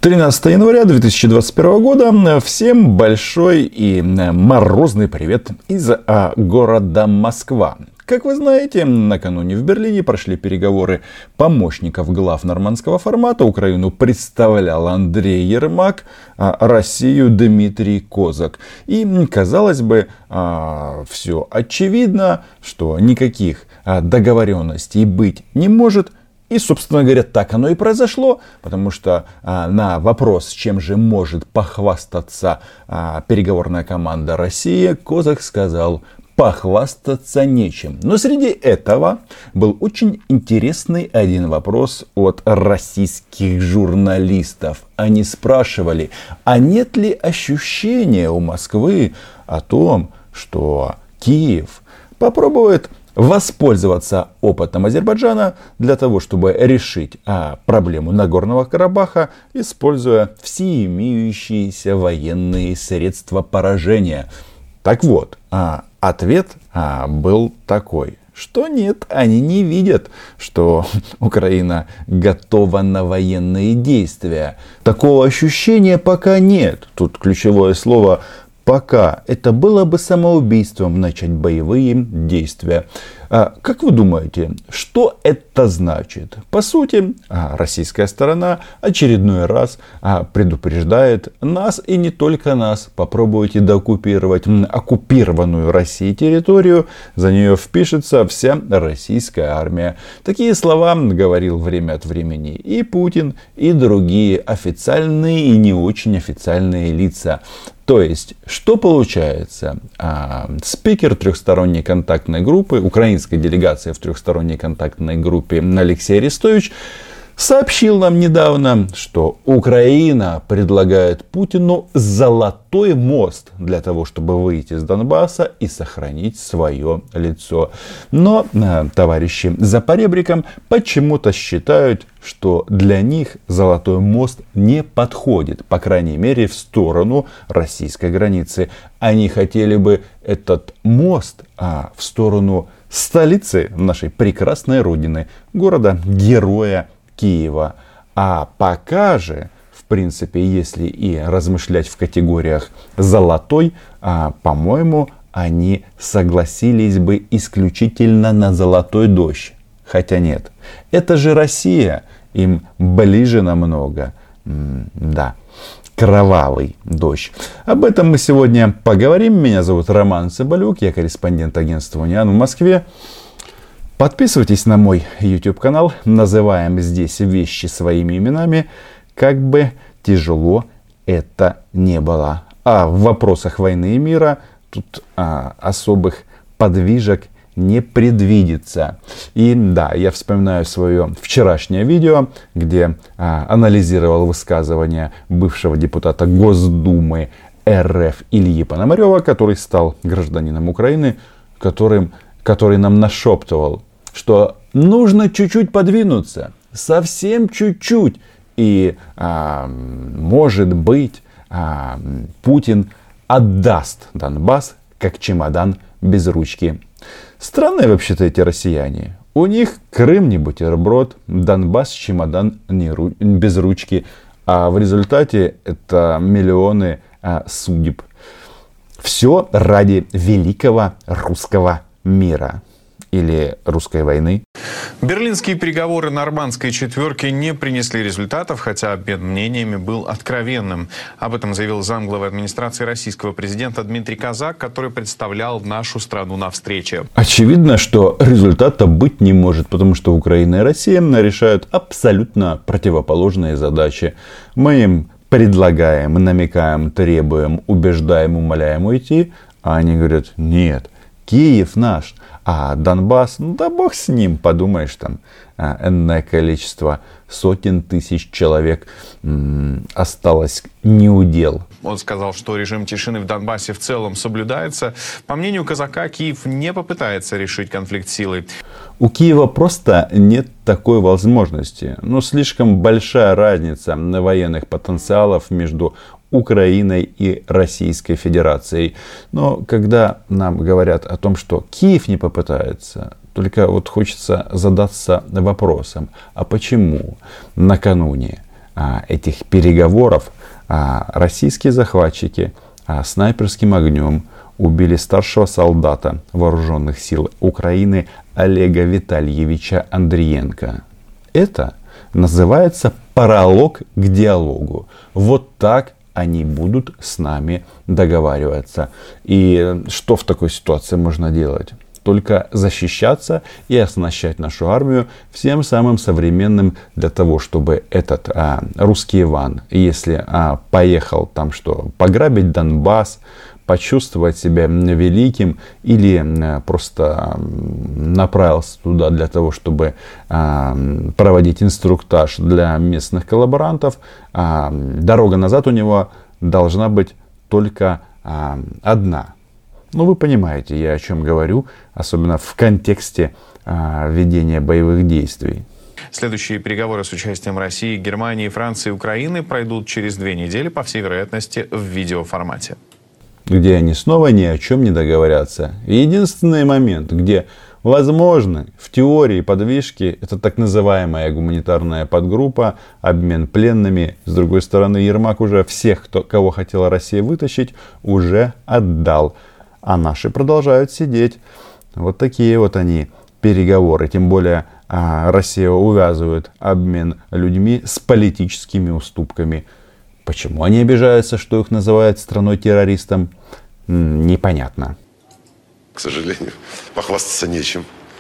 13 января 2021 года. Всем большой и морозный привет из города Москва. Как вы знаете, накануне в Берлине прошли переговоры помощников глав нормандского формата. Украину представлял Андрей Ермак, Россию Дмитрий Козак. И, казалось бы, все очевидно, что никаких договоренностей быть не может. И, собственно говоря, так оно и произошло, потому что на вопрос, чем же может похвастаться переговорная команда России, Козак сказал: похвастаться нечем. Но среди этого был очень интересный один вопрос от российских журналистов. Они спрашивали, а нет ли ощущения у Москвы о том, что Киев попробует воспользоваться опытом Азербайджана для того, чтобы решить проблему Нагорного Карабаха, используя все имеющиеся военные средства поражения. Так вот, ответ был такой, что нет, они не видят, что Украина готова на военные действия. Такого ощущения пока нет. Тут ключевое слово «пока». Это было бы самоубийством начать боевые действия. Как вы думаете, что это значит? По сути, российская сторона очередной раз предупреждает нас, и не только нас. Попробуйте дооккупировать оккупированную Россией территорию, за нее впишется вся российская армия. Такие слова говорил время от времени и Путин, и другие официальные и не очень официальные лица. То есть, что получается? Спикер трехсторонней контактной группы, украинской делегации в трехсторонней контактной группе Алексей Арестович сообщил нам недавно, что Украина предлагает Путину золотой мост для того, чтобы выйти из Донбасса и сохранить свое лицо. Но товарищи за поребриком почему-то считают, что для них золотой мост не подходит, по крайней мере, в сторону российской границы. Они хотели бы этот мост в сторону столицы нашей прекрасной родины, города-героя Киева. А пока же, в принципе, если и размышлять в категориях золотой, по-моему, они согласились бы исключительно на золотой дождь. Хотя нет, это же Россия, им ближе намного. Да, кровавый дождь. Об этом мы сегодня поговорим. Меня зовут Роман Цыбалюк, я корреспондент агентства Униан в Москве. Подписывайтесь на мой YouTube канал. Называем здесь вещи своими именами, как бы тяжело это не было. А в вопросах войны и мира тут особых подвижек не предвидится. И да, я вспоминаю свое вчерашнее видео, где анализировал высказывания бывшего депутата Госдумы РФ Ильи Пономарева, который стал гражданином Украины, который нам нашептывал, что нужно чуть-чуть подвинуться, совсем чуть-чуть. И может быть Путин отдаст Донбасс как чемодан без ручки. Странные вообще-то эти россияне. У них Крым не бутерброд, Донбасс чемодан без ручки. А в результате это миллионы судеб. Все ради великого русского мира. Или русской войны. Берлинские переговоры нормандской четверки не принесли результатов, хотя обмен мнениями был откровенным. Об этом заявил замглавы администрации российского президента Дмитрий Козак, который представлял нашу страну на встрече. Очевидно, что результата быть не может, потому что Украина и Россия решают абсолютно противоположные задачи. Мы им предлагаем, намекаем, требуем, убеждаем, умоляем уйти, а они говорят: нет, Киев наш. А Донбасс, да бог с ним, подумаешь, там энное количество, сотен тысяч человек осталось неудел. Он сказал, что режим тишины в Донбассе в целом соблюдается. По мнению Козака, Киев не попытается решить конфликт силой. У Киева просто нет такой возможности. Но слишком большая разница военных потенциалов между Украиной и Российской Федерацией. Но когда нам говорят о том, что Киев не попытается, только вот хочется задаться вопросом, а почему накануне этих переговоров российские захватчики снайперским огнем убили старшего солдата вооруженных сил Украины Олега Витальевича Андриенко. Это называется пролог к диалогу. Вот так они будут с нами договариваться. И что в такой ситуации можно делать? Только защищаться и оснащать нашу армию всем самым современным для того, чтобы этот русский Иван, если поехал там что, пограбить Донбасс, почувствовать себя великим или просто направился туда для того, чтобы проводить инструктаж для местных коллаборантов, дорога назад у него должна быть только одна. Ну, вы понимаете, я о чем говорю, особенно в контексте ведения боевых действий. Следующие переговоры с участием России, Германии, Франции и Украины пройдут через 2 недели, по всей вероятности, в видеоформате. Где они снова ни о чем не договорятся. Единственный момент, где возможны в теории подвижки, это так называемая гуманитарная подгруппа, обмен пленными. С другой стороны, Ермак уже всех, кого хотела Россия вытащить, уже отдал. А наши продолжают сидеть. Вот такие вот они переговоры. Тем более Россия увязывает обмен людьми с политическими уступками. Почему они обижаются, что их называют страной-террористом? Непонятно. К сожалению, похвастаться нечем.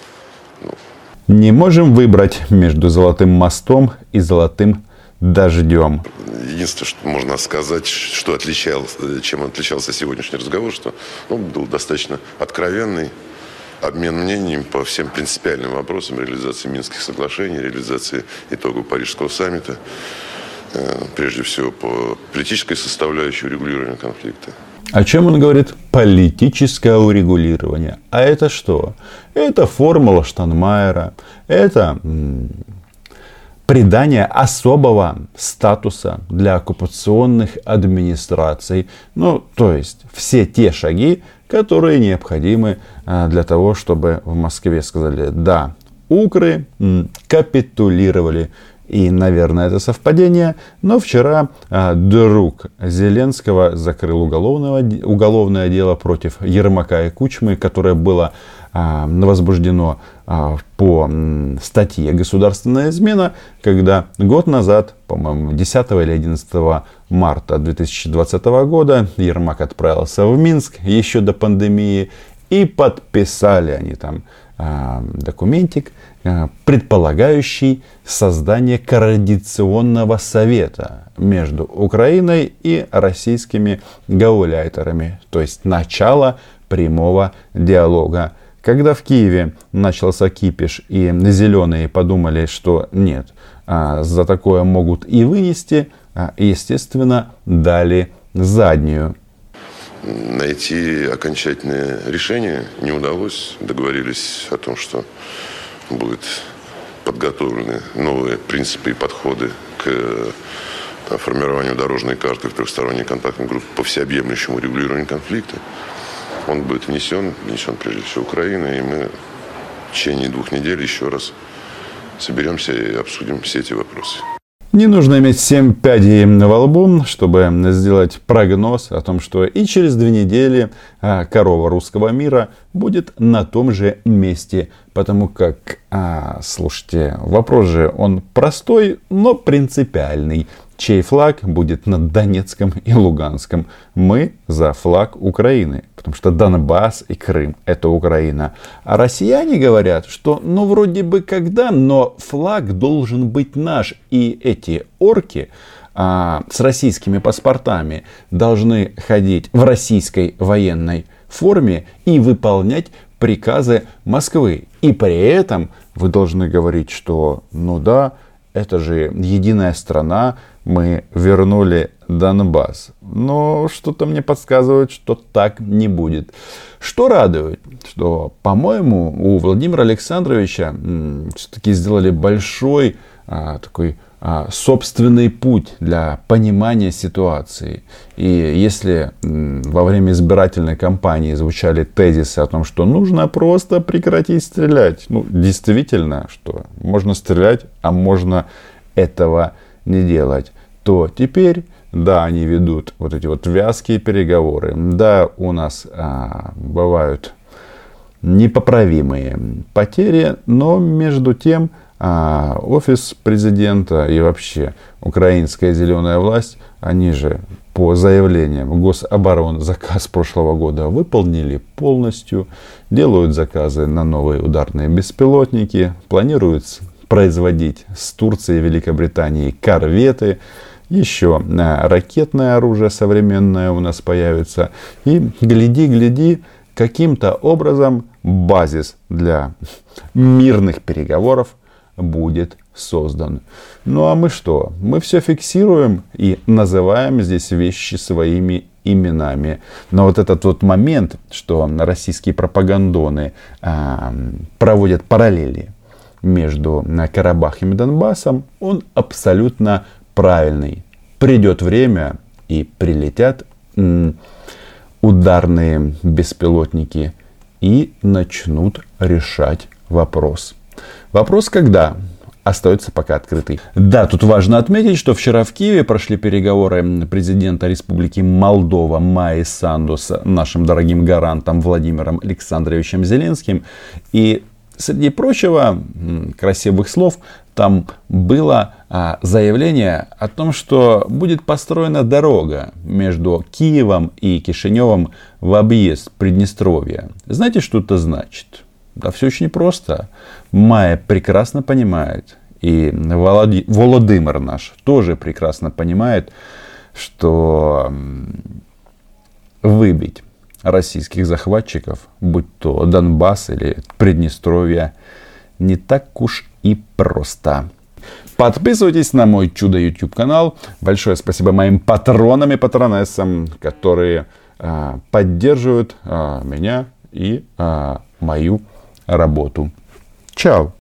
Не можем выбрать между Золотым мостом и Золотым дождем. Единственное, что можно сказать, что чем отличался сегодняшний разговор, что он был достаточно откровенный. Обмен мнениями по всем принципиальным вопросам реализации Минских соглашений, реализации итогов Парижского саммита. Прежде всего по политической составляющей урегулирования конфликта. О чем он говорит? Политическое урегулирование. А это что? Это формула Штайнмайера. Это придание особого статуса для оккупационных администраций. Ну, то есть все те шаги, которые необходимы для того, чтобы в Москве сказали: да, укры капитулировали. И, наверное, это совпадение, но вчера друг Зеленского закрыл уголовное дело против Ермака и Кучмы, которое было возбуждено по статье «Государственная измена», когда год назад, по-моему, 10 или 11 марта 2020 года Ермак отправился в Минск еще до пандемии, и подписали они там документик, предполагающий создание координационного совета между Украиной и российскими гауляйтерами. То есть начало прямого диалога. Когда в Киеве начался кипиш и зеленые подумали, что нет, за такое могут и вынести, естественно, дали заднюю. Найти окончательное решение не удалось. Договорились о том, что будут подготовлены новые принципы и подходы к формированию дорожной карты в трехсторонней контактной группе по всеобъемлющему регулированию конфликта. Он будет внесен прежде всего Украиной, и мы в течение 2 недель еще раз соберемся и обсудим все эти вопросы. Не нужно иметь 7 пядей во лбу, чтобы сделать прогноз о том, что и через 2 недели корова русского мира будет на том же месте. Потому как, слушайте, вопрос же он простой, но принципиальный. Чей флаг будет над Донецком и Луганском? Мы за флаг Украины. Потому что Донбасс и Крым — это Украина. А россияне говорят, что ну вроде бы когда, но флаг должен быть наш. И эти орки с российскими паспортами должны ходить в российской военной форме и выполнять приказы Москвы. И при этом вы должны говорить, что ну да, это же единая страна, мы вернули Донбасс. Но что-то мне подсказывает, что так не будет. Что радует, что, по-моему, у Владимира Александровича все-таки сделали большой такой собственный путь для понимания ситуации. И если во время избирательной кампании звучали тезисы о том, что нужно просто прекратить стрелять, ну, действительно, что можно стрелять, а можно этого не делать, то теперь, да, они ведут вот эти вот вязкие переговоры. Да, у нас бывают непоправимые потери, но между тем офис президента и вообще украинская зеленая власть, они же по заявлениям Гособороны заказ прошлого года выполнили полностью, делают заказы на новые ударные беспилотники, планируют производить с Турцией и Великобританией корветы, еще ракетное оружие современное у нас появится. И гляди, каким-то образом базис для мирных переговоров будет создан. Ну а мы что? Мы все фиксируем и называем здесь вещи своими именами. Но вот этот вот момент, что российские пропагандоны проводят параллели между Карабахом и Донбассом, он абсолютно правильный. Придет время и прилетят ударные беспилотники и начнут решать вопрос. Вопрос когда? Остается пока открытый. Да, тут важно отметить, что вчера в Киеве прошли переговоры президента Республики Молдова Майи Санду с нашим дорогим гарантом Владимиром Александровичем Зеленским. И среди прочего красивых слов там было заявление о том, что будет построена дорога между Киевом и Кишиневым в объезд Приднестровья. Знаете, что это значит? Да все очень просто. Майя прекрасно понимает, и Володимир наш тоже прекрасно понимает, что выбить российских захватчиков, будь то Донбасс или Приднестровье, не так уж и просто. Подписывайтесь на мой чудо YouTube канал. Большое спасибо моим патронам и патронессам, которые поддерживают меня и мою работу. Чао!